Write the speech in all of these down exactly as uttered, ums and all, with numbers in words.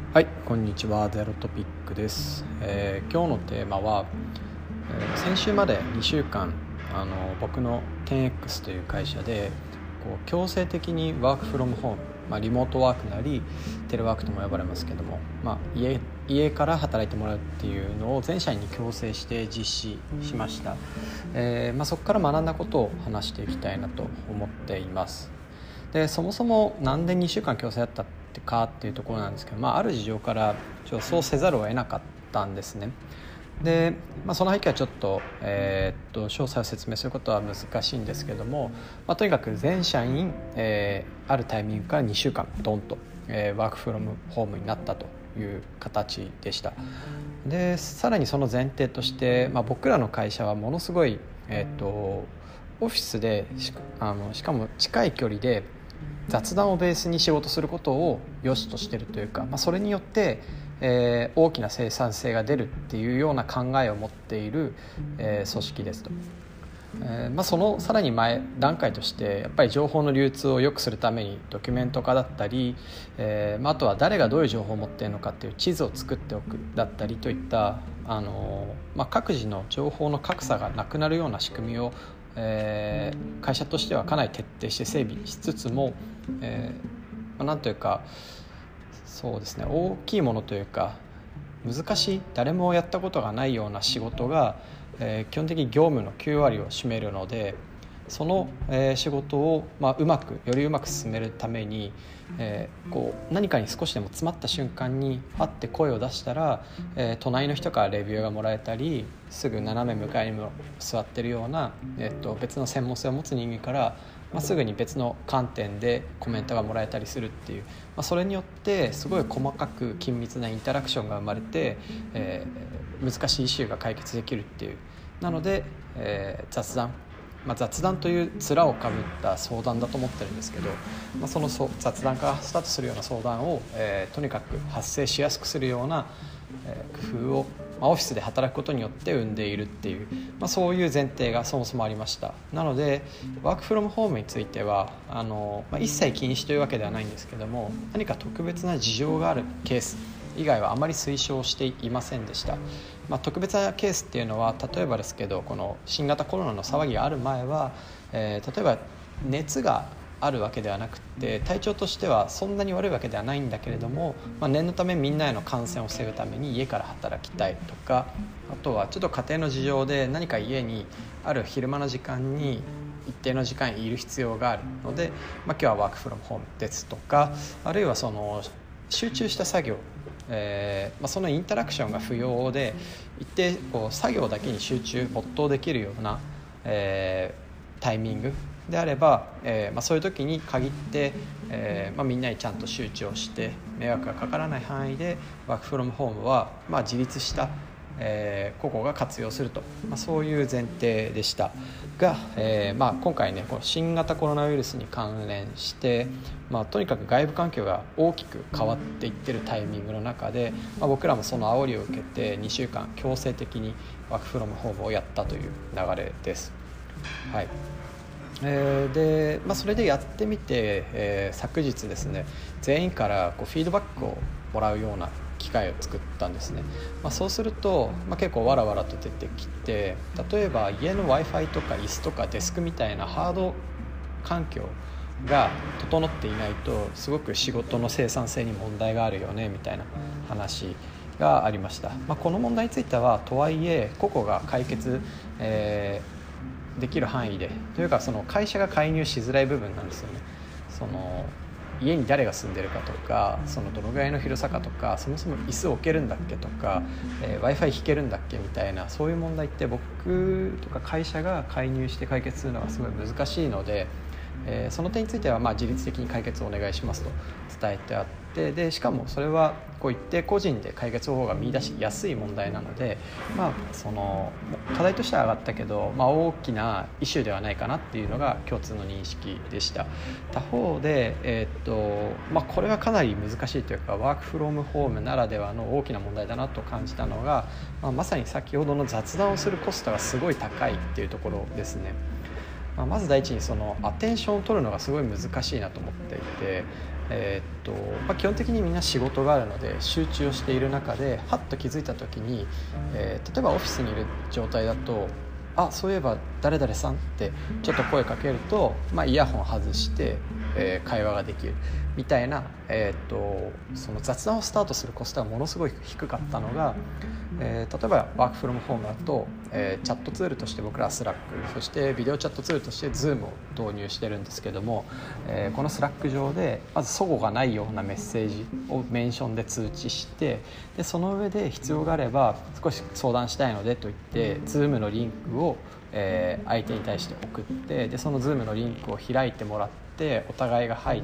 はい、こんにちは。ゼロトピックです。えー今日のテーマは、えー先週までにしゅうかんあの僕の テンエックス という会社でこう強制的にワークフロムホーム、まあ、リモートワークなりテレワークとも呼ばれますけども、まあ、家, 家から働いてもらうっていうのを全社員に強制して実施しました。えーまあ、そこから学んだことを話していきたいなと思っています。でそもそもなんでにしゅうかん強制だったってかっていうところなんですけど、まあ、ある事情からちょっとそうせざるを得なかったんですね。で、まあ、その背景はちょっと、えーっと詳細を説明することは難しいんですけども、まあ、とにかく全社員、えーあるタイミングからにしゅうかんドンと、えーワークフロムホームになったという形でした。でさらにその前提として、まあ、僕らの会社はものすごい、えーっとオフィスでしあのしかも近い距離で雑談をベースに仕事することを良しとしているというか、まあ、それによって、えー大きな生産性が出るっていうような考えを持っている、えー組織ですと。えーまあ、そのさらに前段階としてやっぱり情報の流通を良くするためにドキュメント化だったり、えーまあ、あとは誰がどういう情報を持っているのかっていう地図を作っておくだったりといったあの、まあ、各自の情報の格差がなくなるような仕組みを、えー会社としてはかなり徹底して整備しつつも、えーまあ、なんというかそうですね大きいものというか難しい誰もやったことがないような仕事が、えー基本的に業務のきゅうわりを占めるので、その、えー仕事を、まあ、うまくよりうまく進めるために、えーこう何かに少しでも詰まった瞬間にパッて声を出したら、えー隣の人からレビューがもらえたり、すぐ斜め向かいにも座ってるような、えー、と別の専門性を持つ人間から、まあ、すぐに別の観点でコメントがもらえたりするっていう、まあ、それによってすごい細かく緊密なインタラクションが生まれて、えー難しいイシューが解決できるっていう。なので、えー雑談まあ、雑談という面をかぶった相談だと思ってるんですけど、まあ、そのそ雑談からスタートするような相談を、えーとにかく発生しやすくするような、えー工夫を、まあ、オフィスで働くことによって生んでいるっていう、まあ、そういう前提がそもそもありました。なのでワークフロムホームについてはあの、まあ、一切禁止というわけではないんですけども、何か特別な事情があるケース以外はあまり推奨していませんでした。まあ、特別なケースっていうのは例えばですけど、この新型コロナの騒ぎがある前は、えー例えば熱があるわけではなくて体調としてはそんなに悪いわけではないんだけれども、まあ、念のためみんなへの感染を防ぐために家から働きたいとか、あとはちょっと家庭の事情で何か家にある昼間の時間に一定の時間いる必要があるので、まあ、今日はワークフロムホームですとか、あるいはその集中した作業、えーまあ、そのインタラクションが不要で一定こう作業だけに集中没頭できるような、えータイミングであれば、えーまあ、そういう時に限って、えーまあ、みんなにちゃんと集中をして迷惑がかからない範囲でワークフロムホームは、まあ、自立したえー個々が活用すると、まあ、そういう前提でしたが、えーまあ、今回ねこの新型コロナウイルスに関連して、まあ、とにかく外部環境が大きく変わっていってるタイミングの中で、まあ、僕らもその煽りを受けてにしゅうかん強制的にワークフロムホームをやったという流れです。はい。えーでまあ、それでやってみて、えー昨日ですね全員からこうフィードバックをもらうような機会を作ったんですね。まあ、そうすると、まあ、結構わらわらと出てきて、例えば家の Wi-Fi とか椅子とかデスクみたいなハード環境が整っていないとすごく仕事の生産性に問題があるよねみたいな話がありました。まあ、この問題についてはとはいえ個々が解決、えーできる範囲でというか、その会社が介入しづらい部分なんですよね。その家に誰が住んでるかとか、そのどのぐらいの広さかとか、そもそも椅子置けるんだっけとか、えー、Wi-Fi 引けるんだっけみたいな、そういう問題って僕とか会社が介入して解決するのがすごい難しいので、えーその点についてはまあ自律的に解決をお願いしますと伝えてあって、でしかもそれはこう言って個人で解決方法が見出しやすい問題なので、まあ、その課題としては上がったけど、まあ、大きなイシューではないかなっていうのが共通の認識でした。他方で、えーっとまあ、これはかなり難しいというかワークフロムホームならではの大きな問題だなと感じたのが、まあ、まさに先ほどの雑談をするコストがすごい高いっていうところですね。まあ、まず第一にそのアテンションを取るのがすごい難しいなと思っていて、 えーっとまあ、基本的にみんな仕事があるので集中をしている中でハッと気づいた時に、えー、例えばオフィスにいる状態だとあそういえば誰々さんってちょっと声かけると、まあ、イヤホン外して、えー、会話ができるみたいな、えー、とその雑談をスタートするコストがものすごい低かったのが、えー、例えばワークフロムホームだと、えー、チャットツールとして僕らはスラック、そしてビデオチャットツールとして Zoom を導入してるんですけども、えー、このスラック上でまず齟齬がないようなメッセージをメンションで通知して、でその上で必要があれば少し相談したいのでと言って Zoom のリンクを、えー、相手に対して送って、でその Zoom のリンクを開いてもらってお互いが入って、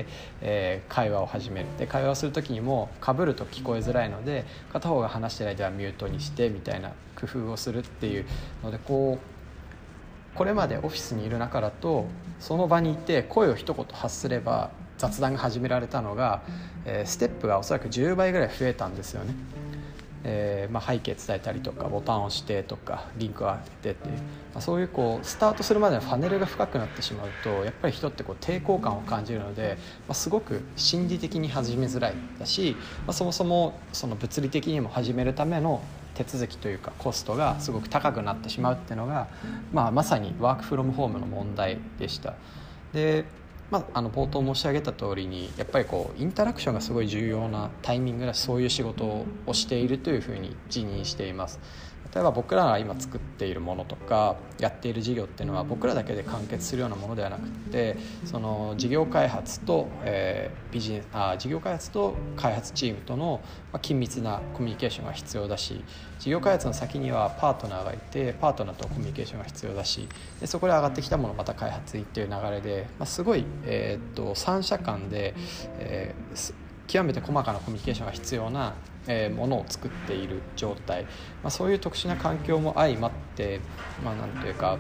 えー、会話を始める。で会話をする時にも被ると聞こえづらいので片方が話してる間はミュートにしてみたいな工夫をするっていうので、こうこれまでオフィスにいる中だとその場にいて声を一言発すれば雑談が始められたのが、えー、ステップがおそらくじゅうばいぐらい増えたんですよね。えーまあ、背景伝えたりとかボタンを押してとかリンクを当ててっていう、まあ、そういうこうスタートするまでのファネルが深くなってしまうとやっぱり人ってこう抵抗感を感じるので、まあ、すごく心理的に始めづらいだし、まあ、そもそもその物理的にも始めるための手続きというかコストがすごく高くなってしまうっていうのが、まあ、まさにワークフロムホームの問題でした。でまあ、あの冒頭申し上げた通りにやっぱりこうインタラクションがすごい重要なタイミングだし、そういう仕事をしているというふうに自認しています。例えば僕らが今作っているものとかやっている事業っていうのは僕らだけで完結するようなものではなくて、その事業開発と、えー、ビジネスあ事業開発と開発チームとの緊密なコミュニケーションが必要だし、事業開発の先にはパートナーがいてパートナーとコミュニケーションが必要だし、でそこで上がってきたものをまた開発っていう流れで、まあ、すごい、えー、っと三者間で、えー、極めて細かなコミュニケーションが必要なえー、ものを作っている状態、まあ、そういう特殊な環境も相まって、まあ、なんというか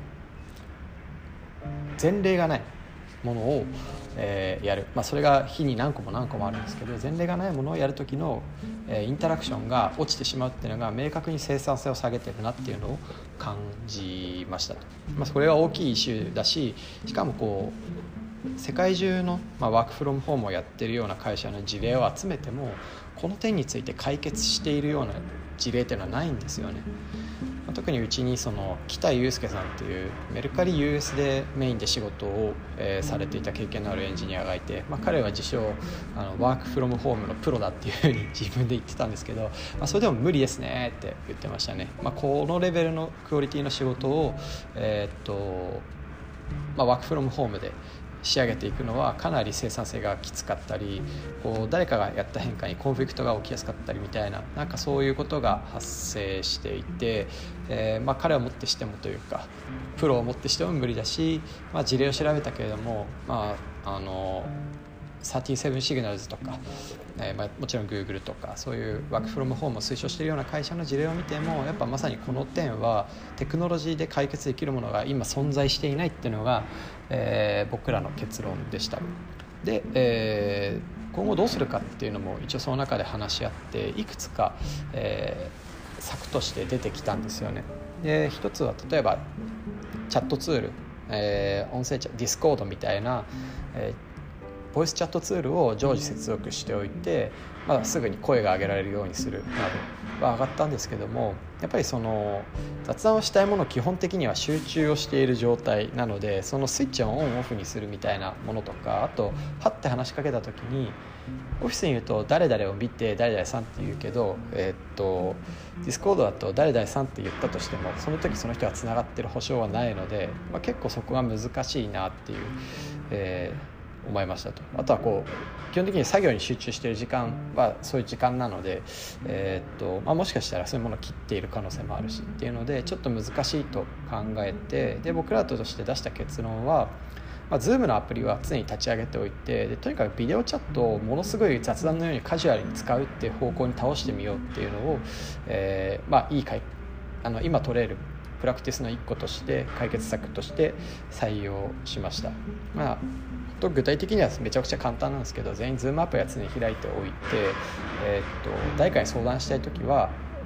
前例がないものを、えー、やる、まあ、それが日に何個も何個もあるんですけど、前例がないものをやる時の、えー、インタラクションが落ちてしまうっていうのが明確に生産性を下げてるなっていうのを感じましたと。まあ、それは大きいイシューだし、しかもこう世界中の、まあ、ワークフロムホームをやってるような会社の事例を集めてもこの点について解決しているような事例っていうのはないんですよね。まあ、特にうちにその北祐介さんというメルカリ ユーエス でメインで仕事を、えー、されていた経験のあるエンジニアがいて、まあ、彼は自称あのワークフロムホームのプロだっていうふうに自分で言ってたんですけど、まあ、それでも無理ですねって言ってましたね。まあ、このレベルのクオリティの仕事を、えーっとまあ、ワークフロムホームで仕上げていくのはかなり生産性がきつかったり、こう誰かがやった変化にコンフリクトが起きやすかったりみたいな、なんかそういうことが発生していて、えーまあ、彼をもってしてもというかプロをもってしても無理だし、まあ、事例を調べたけれども、まあ、あのさんじゅうななシグナルズとか、えーまあ、もちろん Google とかそういうワークフロムホームを推奨しているような会社の事例を見てもやっぱまさにこの点はテクノロジーで解決できるものが今存在していないっていうのが、えー、僕らの結論でした。で、えー、今後どうするかっていうのも一応その中で話し合っていくつか、えー、策として出てきたんですよね。で一つは例えばチャットツール、えー、音声チャット Discord みたいな、えーボイスチャットツールを常時接続しておいて、まあ、すぐに声が上げられるようにするなどは上がったんですけども、やっぱりその雑談をしたいもの基本的には集中をしている状態なので、そのスイッチをオンオフにするみたいなものとか、あとパッて話しかけた時にオフィスにいると誰々を見て誰々さんって言うけど、えー、っとディスコードだと誰々さんって言ったとしてもその時その人がつながってる保証はないので、まあ、結構そこが難しいなっていう、えー思いましたと。あとはこう基本的に作業に集中している時間はそういう時間なので、えーっとまあ、もしかしたらそういうものを切っている可能性もあるしっていうのでちょっと難しいと考えて、で僕らとして出した結論は、まあ、Zoom のアプリは常に立ち上げておいて、でとにかくビデオチャットをものすごい雑談のようにカジュアルに使うっていう方向に倒してみようっていうのを、えーまあ、いいかいあの今取れるプラクティスの一個として解決策として採用しました。まあと具体的にはめちゃくちゃ簡単なんですけど、全員 Zoom アプリは常に開いておいて、えー、っと誰かに相談したいときは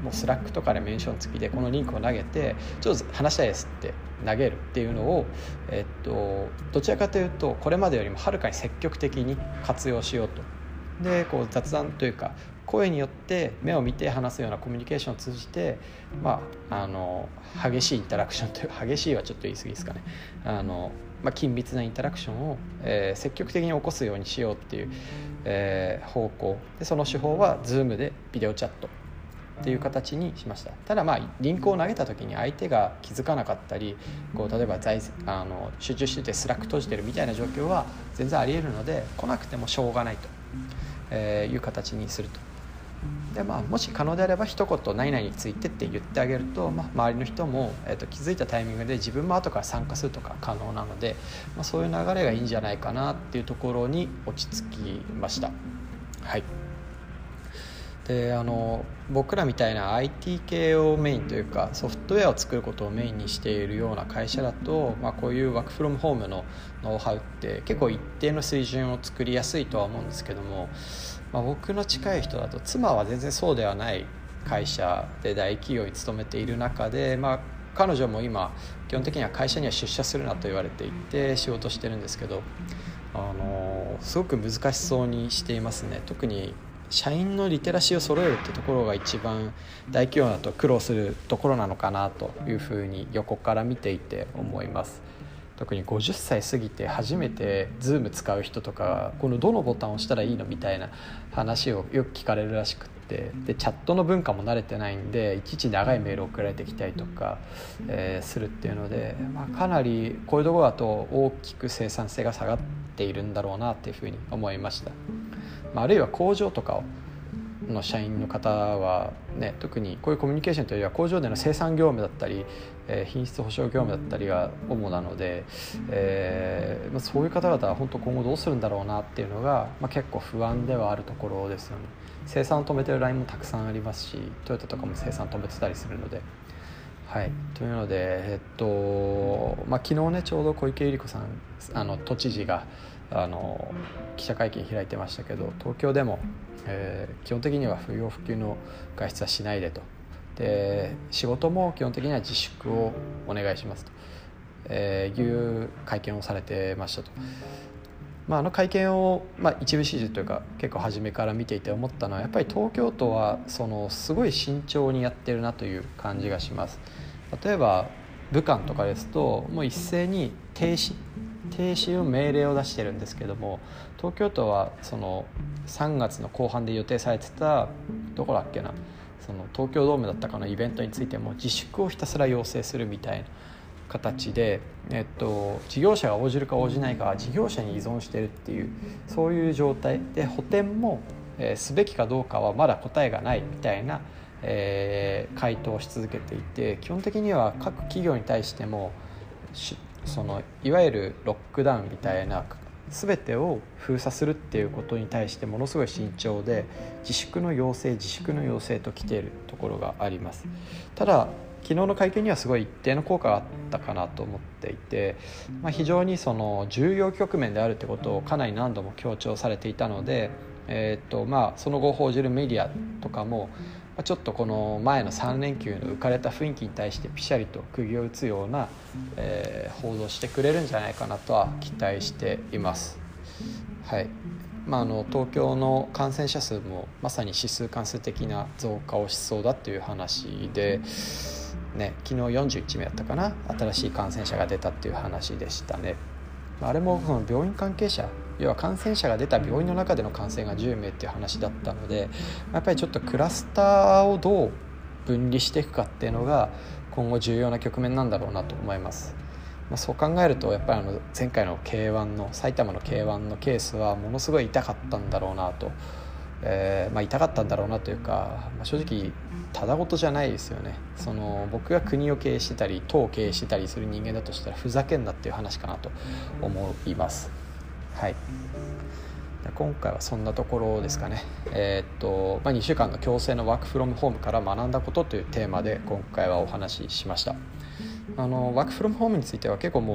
もうスラックとかでメンション付きでこのリンクを投げてちょっと話したいですって投げるっていうのを、えっと、どちらかというとこれまでよりもはるかに積極的に活用しようと。でこう雑談というか声によって目を見て話すようなコミュニケーションを通じて、まあ、あの激しいインタラクションという激しいはちょっと言い過ぎですかね、あの、まあ、緊密なインタラクションを、えー、積極的に起こすようにしようっていう、えー、方向で、その手法は Zoom でビデオチャットっていう形にしました。ただまあリンクを投げた時に相手が気づかなかったり、こう例えば在あの集中しててスラック閉じてるみたいな状況は全然あり得るので、来なくてもしょうがないと、えー、いう形にすると。でまあ、もし可能であれば一言何々についてって言ってあげると、まあ、周りの人も、えー、と気づいたタイミングで自分も後から参加するとか可能なので、まあ、そういう流れがいいんじゃないかなっていうところに落ち着きました。はい。であの僕らみたいな アイティー 系をメインというかソフトウェアを作ることをメインにしているような会社だと、まあ、こういうワークフロムホームのノウハウって結構一定の水準を作りやすいとは思うんですけども、まあ、僕の近い人だと妻は全然そうではない会社で大企業に勤めている中で、まあ、彼女も今基本的には会社には出社するなと言われていて仕事してるんですけど、あのすごく難しそうにしていますね。特に社員のリテラシーを揃えるってところが一番大企業だと苦労するところなのかなというふうに横から見ていて思います。特にごじゅっさい過ぎて初めて Zoom 使う人とか、このどのボタンを押したらいいのみたいな話をよく聞かれるらしくって、でチャットの文化も慣れてないんでいちいち長いメール送られてきたりとか、えー、するっていうので、まあ、かなりこういうところだと大きく生産性が下がっているんだろうなっていうふうに思いました。まあ、あるいは工場とかをの社員の方は、ね、特にこういうコミュニケーションというよりは工場での生産業務だったり、えー、品質保証業務だったりが主なので、えーまあ、そういう方々は本当今後どうするんだろうなっていうのが、まあ、結構不安ではあるところですよね。生産を止めてるラインもたくさんありますし、トヨタとかも生産止めてたりするので、はい、というので、えっとまあ、昨日ねちょうど小池百合子さんあの都知事があの記者会見開いてましたけど、東京でも、えー、基本的には不要不急の外出はしないでと、で仕事も基本的には自粛をお願いしますと、えー、いう会見をされてましたと。まあ、あの会見を、まあ、一部始終というか結構初めから見ていて思ったのは、やっぱり東京都はそのすごい慎重にやってるなという感じがします。例えば武漢とかですともう一斉に停止停止の命令を出してるんですけども、東京都はそのさんがつの後半で予定されてたどこだっけな、その東京ドームだったかのイベントについても自粛をひたすら要請するみたいな形で、えっと、事業者が応じるか応じないかは事業者に依存してるっていう、そういう状態で補填も、えー、すべきかどうかはまだ答えがないみたいな、えー、回答をし続けていて、基本的には各企業に対してもそのいわゆるロックダウンみたいな全てを封鎖するっていうことに対してものすごい慎重で、自粛の要請自粛の要請と来ているところがあります。ただ昨日の会見にはすごい一定の効果があったかなと思っていて、まあ、非常にその重要局面であるってことをかなり何度も強調されていたので、えーとまあ、その後報じるメディアとかもちょっとこの前のさん連休の浮かれた雰囲気に対してピシャリと釘を打つような、えー、報道してくれるんじゃないかなとは期待しています。はい。まあ、あの東京の感染者数もまさに指数関数的な増加をしそうだという話で、ね、昨日よんじゅういちめいだったかな、新しい感染者が出たっていう話でしたね。あれもその病院関係者、要は感染者が出た病院の中での感染がじゅうめいっていう話だったので、やっぱりちょっとクラスターをどう分離していくかっていうのが今後重要な局面なんだろうなと思います。まあ、そう考えるとやっぱりあの前回の ケーワン の埼玉の ケーワン のケースはものすごい痛かったんだろうなと、えーまあ、痛かったんだろうなというか、まあ、正直ただごとじゃないですよね。その僕が国を経営してたり党を経営してたりする人間だとしたらふざけんなっていう話かなと思います。はい、今回はそんなところですかね。えーっとまあ、にしゅうかんの強制のワークフロムホームから学んだことというテーマで今回はお話ししました。あのワークフロムホームについては結構もう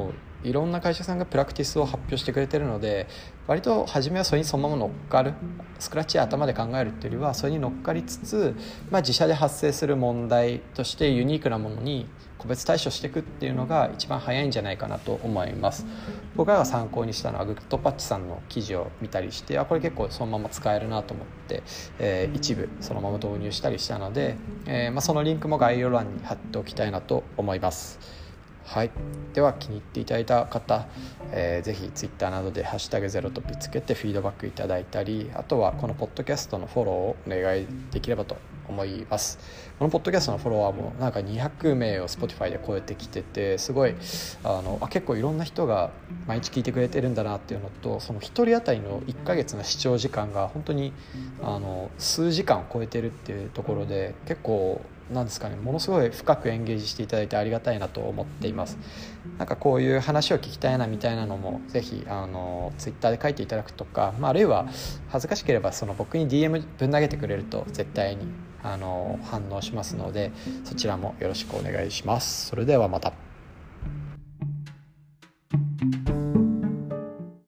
いろんな会社さんがプラクティスを発表してくれてるので、割と初めはそれにそのまま乗っかる、スクラッチ頭で考えるっていうよりはそれに乗っかりつつ、まあ、自社で発生する問題としてユニークなものに個別対処していくっていうのが一番早いんじゃないかなと思います。僕らが参考にしたのはグッドパッチさんの記事を見たりして、あこれ結構そのまま使えるなと思って、えー、一部そのまま導入したりしたので、えーまあ、そのリンクも概要欄に貼っておきたいなと思います。はい、では気に入っていただいた方、えー、ぜひツイッターなどでハッシュタグゼロトピつけてフィードバックいただいたり、あとはこのポッドキャストのフォローをお願いできればと思います。このポッドキャストのフォロワーもなんかにひゃくめいを Spotify で超えてきてて、すごいあのあ結構いろんな人が毎日聞いてくれてるんだなっていうのと、そのひとり当たりのいっかげつの視聴時間が本当にあの数時間を超えてるっていうところで、結構なんですかね、ものすごい深くエンゲージしていただいてありがたいなと思っています。なんかこういう話を聞きたいなみたいなのもぜひあのツイッターで書いていただくとか、まあ、あるいは恥ずかしければその僕に ディーエム ぶん投げてくれると絶対にあの反応しますので、そちらもよろしくお願いします。それではまた。